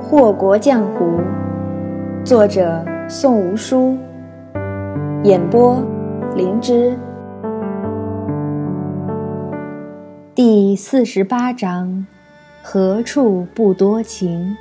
祸国江湖，作者宋无书，演播灵芝。第48章，何处不多情。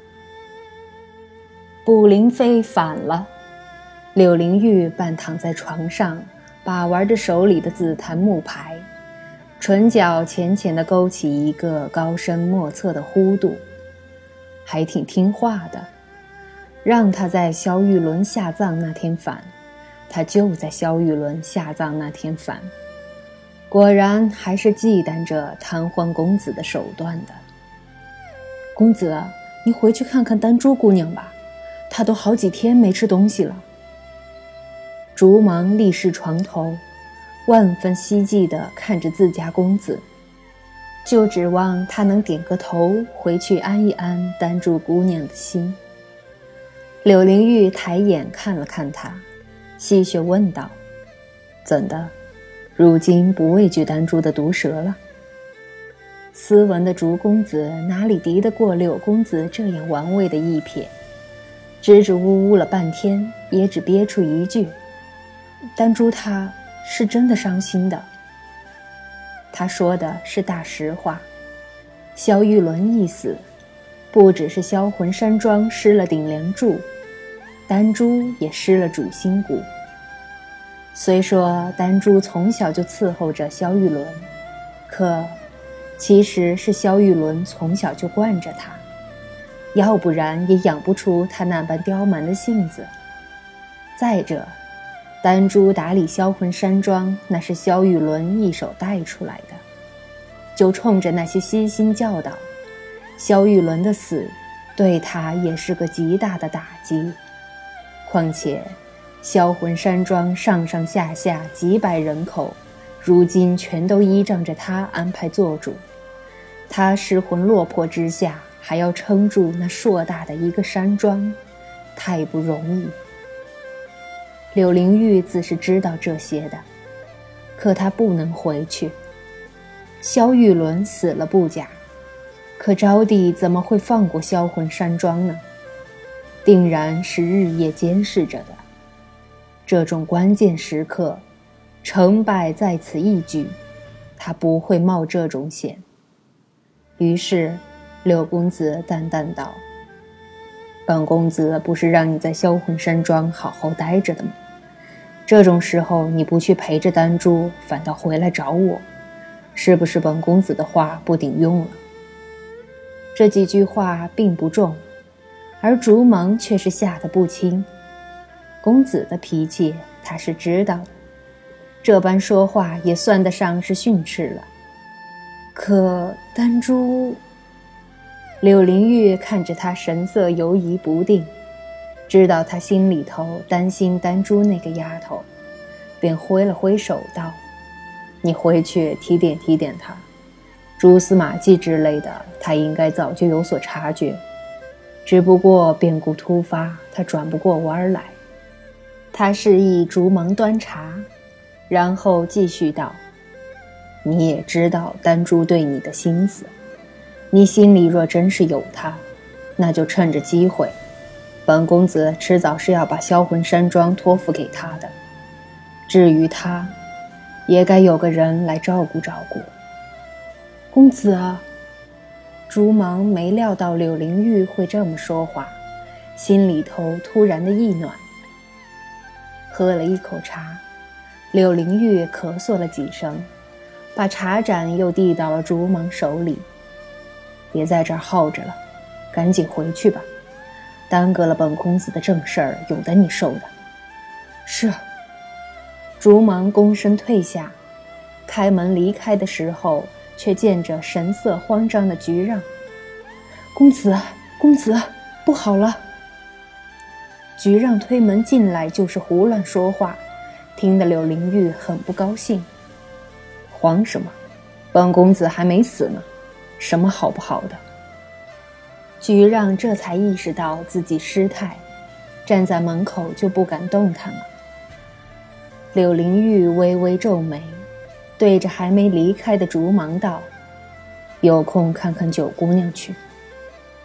卜灵飞反了，柳灵玉半躺在床上，把玩着手里的紫檀木牌，唇角浅浅地勾起一个高深莫测的弧度，还挺听话的。让他在萧玉伦下葬那天反，他就在萧玉伦下葬那天反，果然还是忌惮着贪欢公子的手段的。公子，你回去看看丹珠姑娘吧，她都好几天没吃东西了。竹芒立视床头，万分希冀地看着自家公子，就指望他能点个头，回去安一安丹珠姑娘的心。柳灵玉抬眼看了看他，戏谑问道：怎的，如今不畏惧丹珠的毒舌了？斯文的竹公子哪里敌得过柳公子这样玩味的一瞥，支支吾吾了半天，也只憋出一句：丹珠她是真的伤心的。他说的是大实话，萧玉伦一死，不只是销魂山庄失了顶梁柱，丹珠也失了主心骨。虽说丹珠从小就伺候着萧玉伦，可其实是萧玉伦从小就惯着他，要不然也养不出他那般刁蛮的性子。再者，丹珠打理销魂山庄，那是萧玉伦一手带出来的，就冲着那些悉心教导，萧玉伦的死对他也是个极大的打击。况且销魂山庄上上下下几百人口，如今全都依仗着他安排做主，他失魂落魄之下还要撑住那硕大的一个山庄，太不容易。柳灵玉自是知道这些的，可他不能回去。萧玉伦死了不假，可招娣怎么会放过销魂山庄呢？定然是日夜监视着的。这种关键时刻，成败在此一举，他不会冒这种险。于是柳公子淡淡道：本公子不是让你在销魂山庄好好待着的吗？这种时候你不去陪着丹珠，反倒回来找我，是不是本公子的话不顶用了？这几句话并不重，而竹芒却是吓得不轻。公子的脾气他是知道的，这般说话也算得上是训斥了。可丹珠……柳灵玉看着他神色犹疑不定，知道他心里头担心丹珠那个丫头，便挥了挥手道：你回去提点提点他，蛛丝马迹之类的他应该早就有所察觉，只不过变故突发，他转不过弯来。他示意竹芒端茶，然后继续道：你也知道丹珠对你的心思，你心里若真是有他，那就趁着机会，本公子迟早是要把销魂山庄托付给他的，至于他，也该有个人来照顾照顾。公子啊！竹芒没料到柳灵玉会这么说话，心里头突然的一暖。喝了一口茶，柳灵玉咳嗽了几声，把茶盏又递到了竹芒手里。别在这儿耗着了，赶紧回去吧，耽搁了本公子的正事儿，有的你受的。是。竹芒躬身退下，开门离开的时候，却见着神色慌张的菊让。公子，公子，不好了！菊让推门进来就是胡乱说话，听得柳灵玉很不高兴。慌什么？本公子还没死呢，什么好不好的？菊让这才意识到自己失态，站在门口就不敢动弹了。柳灵玉微微皱眉，对着还没离开的竹芒道：有空看看九姑娘去。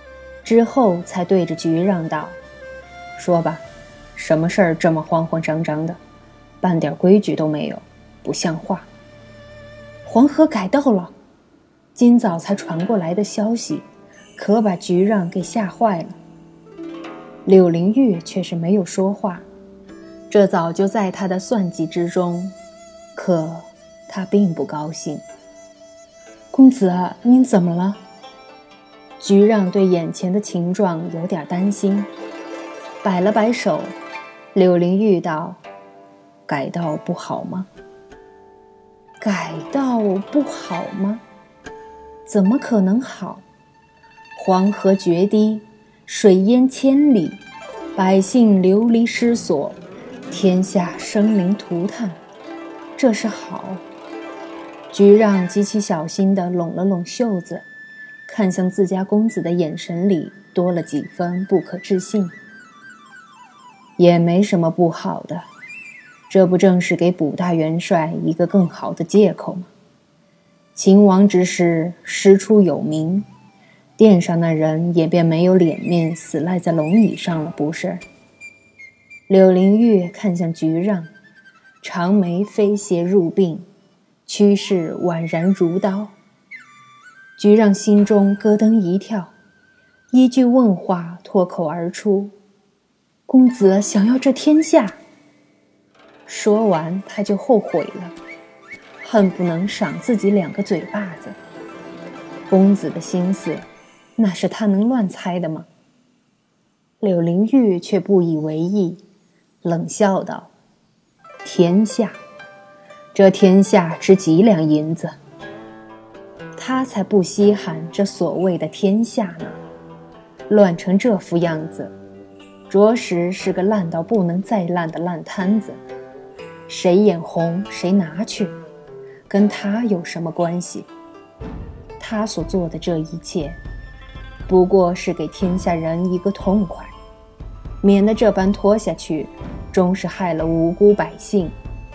之后才对着菊让道：“说吧，什么事儿这么慌慌张张的，半点规矩都没有，不像话。”黄河改道了，今早才传过来的消息，可把菊让给吓坏了。柳灵玉却是没有说话，这早就在他的算计之中，可他并不高兴。公子，您怎么了？菊让对眼前的情状有点担心，摆了摆手。柳灵玉道：“改道不好吗？”改道不好吗？怎么可能好？黄河决堤，水淹千里，百姓流离失所，天下生灵涂炭，这是好。菊让极其小心地拢了拢袖子，看向自家公子的眼神里多了几分不可置信。也没什么不好的，这不正是给卜大元帅一个更好的借口吗？秦王之事师出有名，殿上那人也便没有脸面死赖在龙椅上了，不是？柳灵玉看向菊让，长眉飞斜入鬓，趋势宛然如刀。菊让心中咯噔一跳，一句问话脱口而出：“公子想要这天下？”说完他就后悔了，恨不能赏自己2个嘴巴子。公子的心思，那是他能乱猜的吗？柳灵玉却不以为意，冷笑道：“天下，这天下值几两银子？”他才不稀罕这所谓的天下呢，乱成这副样子，着实是个烂到不能再烂的烂摊子。谁眼红谁拿去，跟他有什么关系？他所做的这一切，不过是给天下人一个痛快，免得这般拖下去，终是害了无辜百姓。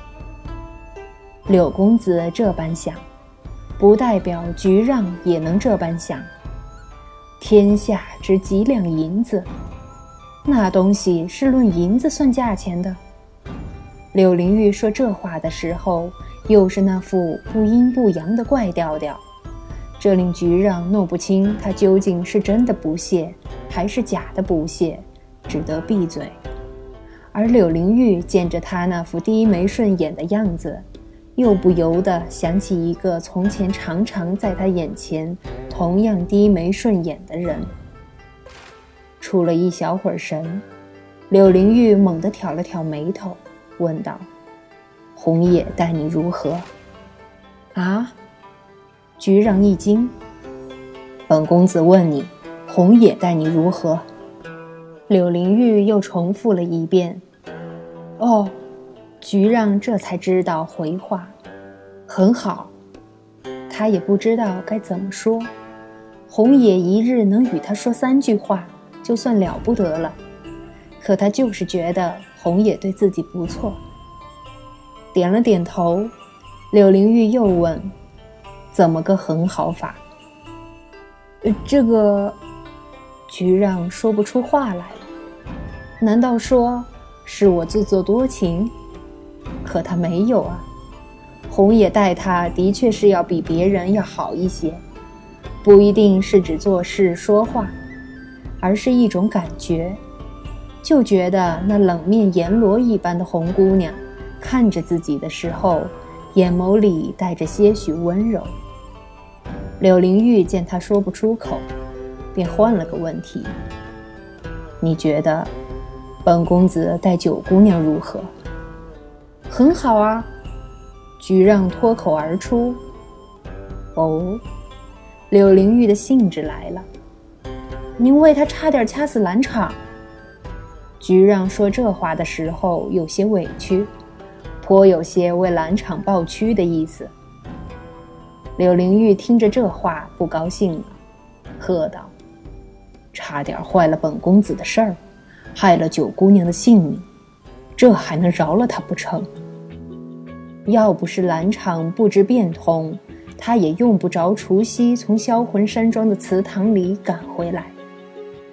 柳公子这般想，不代表菊让也能这般想。天下值几两银子，那东西是论银子算价钱的。柳灵玉说这话的时候，又是那副不阴不阳的怪调调，这令菊让弄不清他究竟是真的不屑还是假的不屑，只得闭嘴。而柳灵玉见着他那副低眉顺眼的样子，又不由得想起一个从前常常在他眼前同样低眉顺眼的人。出了一小会儿神，柳灵玉猛地挑了挑眉头，问道：“红野待你如何？”啊？菊让一惊：“本公子问你，红野待你如何？”柳灵玉又重复了一遍。哦，菊让这才知道回话：“很好。”他也不知道该怎么说，红野一日能与他说3句话，就算了不得了。可他就是觉得红野对自己不错。点了点头，柳灵玉又问：“怎么个很好法？”这个……菊让说不出话来了。难道说是我自作多情？可他没有啊。红野待他的确是要比别人要好一些，不一定是指做事说话，而是一种感觉，就觉得那冷面阎罗一般的红姑娘看着自己的时候，眼眸里带着些许温柔。柳灵玉见他说不出口，便换了个问题：“你觉得本公子待九姑娘如何？”“很好啊。”菊让脱口而出。“哦。”柳灵玉的兴致来了。“您为他差点掐死蓝场。”菊让说这话的时候有些委屈，颇有些为蓝场抱屈的意思。柳灵玉听着这话不高兴了，喝道：“差点坏了本公子的事儿，害了九姑娘的性命，这还能饶了他不成？要不是蓝场不知变通，他也用不着除夕从销魂山庄的祠堂里赶回来。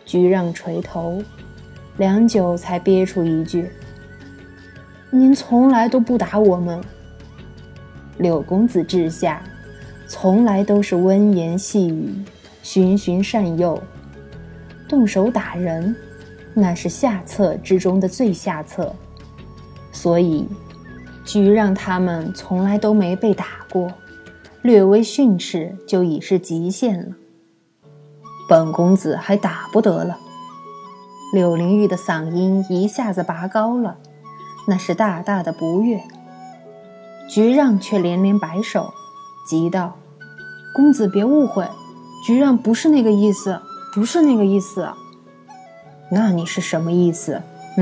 菊让垂头，良久才憋出一句：“您从来都不打我们。”柳公子治下，从来都是温言细语，循循善诱。动手打人，那是下策之中的最下策。所以，菊让他们从来都没被打过，略微训斥就已是极限了。本公子还打不得了。柳灵玉的嗓音一下子拔高了，那是大大的不悦。菊让却连连摆手，急道：“公子别误会，菊让不是那个意思，不是那个意思。”“那你是什么意思？”“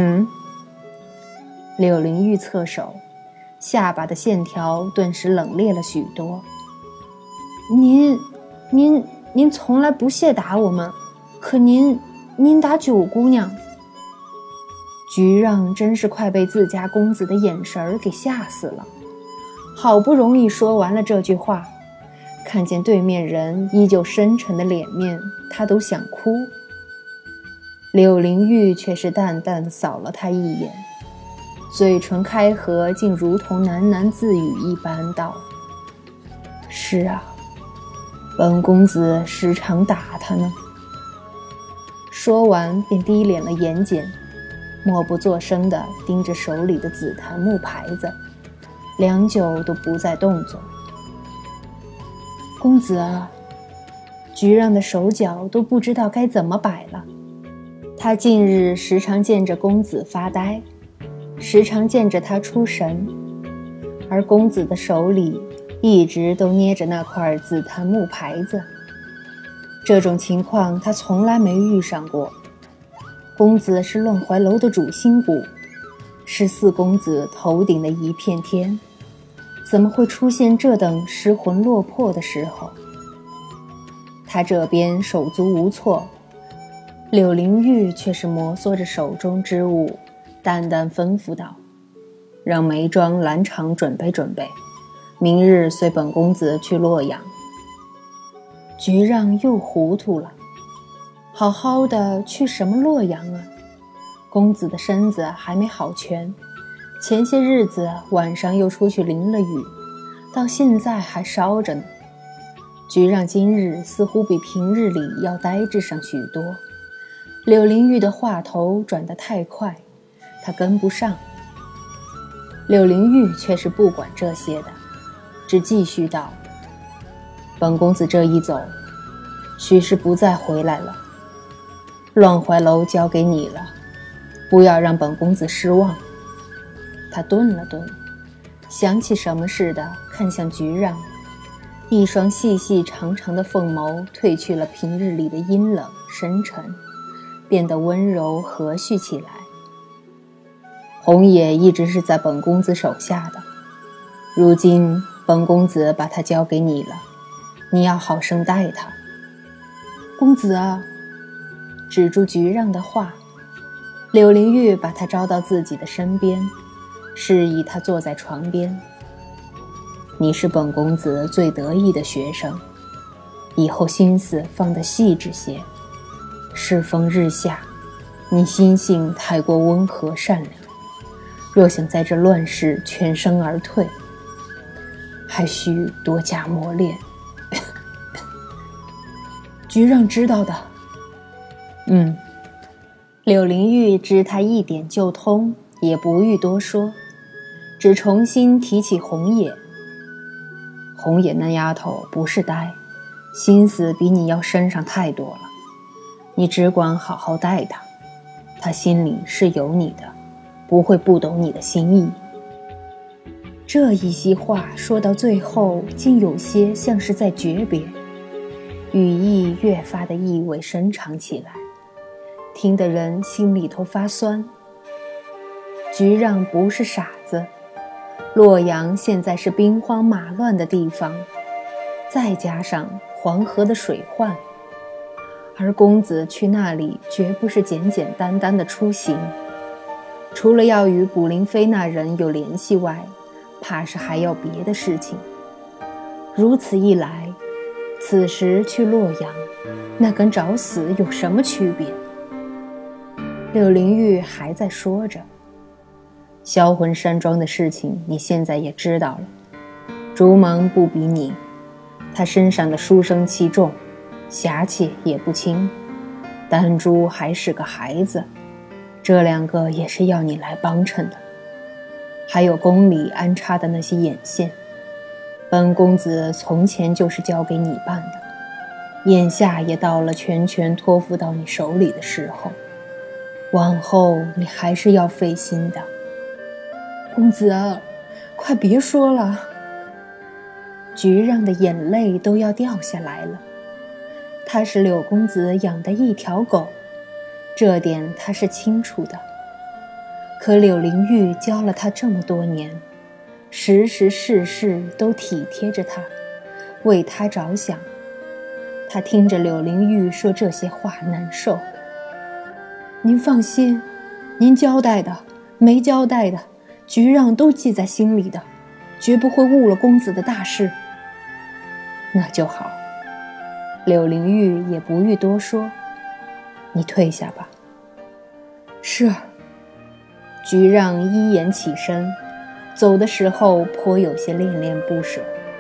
柳灵玉侧手，下巴的线条顿时冷冽了许多。“您从来不屑打我们，可您打九姑娘。”菊让真是快被自家公子的眼神给吓死了，好不容易说完了这句话，看见对面人依旧深沉的脸面，他都想哭。柳灵玉却是淡淡扫了他一眼，嘴唇开合，竟如同喃喃自语一般道：“是啊，本公子时常打他呢。”说完便低敛了眼睑，默不作声地盯着手里的紫檀木牌子，良久都不再动作。“公子啊！”菊让的手脚都不知道该怎么摆了。他近日时常见着公子发呆，时常见着他出神，而公子的手里一直都捏着那块紫檀木牌子。这种情况他从来没遇上过。公子是乱怀楼的主心骨，是四公子头顶的一片天，怎么会出现这等失魂落魄的时候？他这边手足无措，柳灵玉却是摩挲着手中之物，淡淡吩咐道：“让眉庄兰场准备准备，明日随本公子去洛阳。”菊让又糊涂了，好好的去什么洛阳啊？公子的身子还没好全，前些日子晚上又出去淋了雨，到现在还烧着呢。菊让今日似乎比平日里要呆滞上许多。柳灵玉的话头转得太快，他跟不上。柳灵玉却是不管这些的，只继续道：“本公子这一走，许是不再回来了。乱怀楼交给你了，不要让本公子失望。”他顿了顿，想起什么似的看向菊让，一双细细长长的凤眸褪去了平日里的阴冷深沉，变得温柔和煦起来。红野一直是在本公子手下的，如今本公子把他交给你了，你要好生待他。公子啊！止住菊让的话，柳灵玉把他招到自己的身边，示意他坐在床边。你是本公子最得意的学生，以后心思放得细致些。世风日下，你心性太过温和善良，若想在这乱世全身而退，还需多加磨练。菊让知道的。柳灵玉知他一点就通，也不欲多说，只重新提起红野。红野那丫头不是呆，心思比你要深上太多了，你只管好好待她，她心里是有你的，不会不懂你的心意。这一席话说到最后，竟有些像是在诀别，语意越发的意味深长起来，听得人心里头发酸。菊让不是傻子，洛阳现在是兵荒马乱的地方，再加上黄河的水患，而公子去那里绝不是简简单单的出行，除了要与卜灵飞那人有联系外，怕是还要别的事情。如此一来，此时去洛阳，那跟找死有什么区别？ 柳灵玉还在说着：“销魂山庄的事情你现在也知道了，竹芒不比你，他身上的书生气重，侠气也不轻，丹珠还是个孩子，这2个也是要你来帮衬的。还有宫里安插的那些眼线，本公子从前就是交给你办的，眼下也到了全权托付到你手里的时候，往后你还是要费心的。”“公子，快别说了。”菊让的眼泪都要掉下来了。他是柳公子养的一条狗，这点他是清楚的。可柳灵玉教了他这么多年，时时事事都体贴着他，为他着想。他听着柳灵玉说这些话难受。“您放心，您交代的没交代的，菊让都记在心里的，绝不会误了公子的大事。”“那就好。”柳灵玉也不欲多说，“你退下吧。”“是。”菊让依言起身，走的时候颇有些恋恋不舍。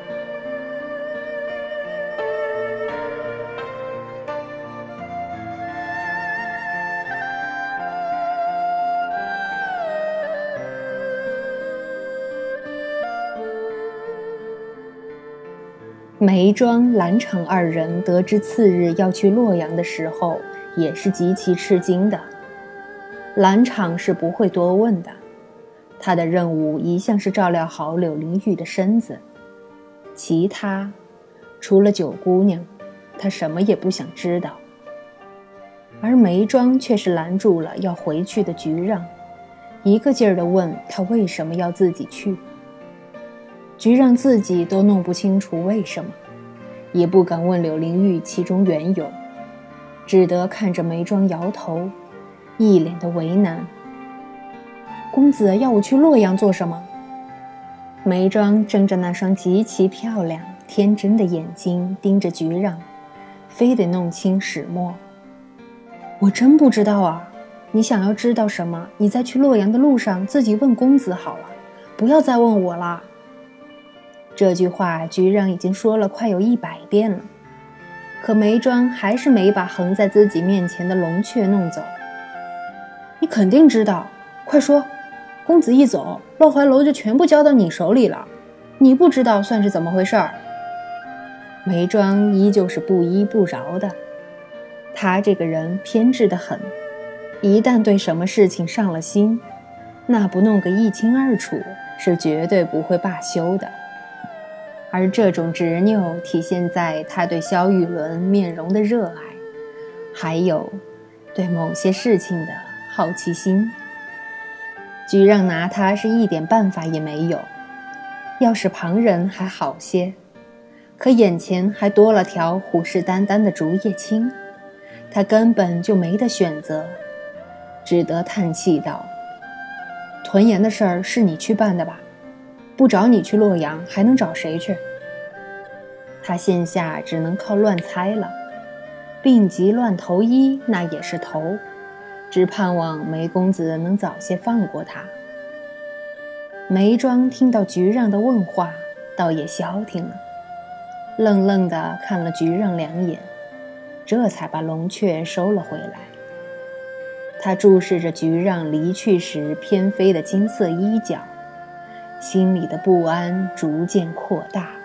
眉庄、兰场2人得知次日要去洛阳的时候，也是极其吃惊的。兰场是不会多问的，他的任务一向是照料好柳灵玉的身子，其他除了九姑娘，他什么也不想知道。而眉庄却是拦住了要回去的菊让，一个劲儿地问他为什么要自己去。菊让自己都弄不清楚为什么，也不敢问柳灵玉其中缘由，只得看着眉庄摇头，一脸的为难。“公子要我去洛阳做什么？”眉庄睁着那双极其漂亮天真的眼睛盯着菊让，非得弄清始末。“我真不知道啊，你想要知道什么，你在去洛阳的路上自己问公子好了，不要再问我了。”这句话菊让已经说了快有100遍了，可眉庄还是没把横在自己面前的龙雀弄走。“你肯定知道，快说，公子一走，洛怀楼就全部交到你手里了，你不知道算是怎么回事儿？”眉庄依旧是不依不饶的，他这个人偏执得很，一旦对什么事情上了心，那不弄个一清二楚，是绝对不会罢休的。而这种执拗体现在他对萧玉伦面容的热爱，还有对某些事情的好奇心。菊让拿他是一点办法也没有，要是旁人还好些，可眼前还多了条虎视眈眈的竹叶青，他根本就没得选择，只得叹气道：“屯盐的事儿是你去办的吧？不找你去洛阳，还能找谁去？”他现下只能靠乱猜了，病急乱投医那也是投，只盼望梅公子能早些放过他。梅庄听到菊让的问话，倒也消停了，愣愣地看了菊让2眼，这才把龙雀收了回来。他注视着菊让离去时翩飞的金色衣角，心里的不安逐渐扩大。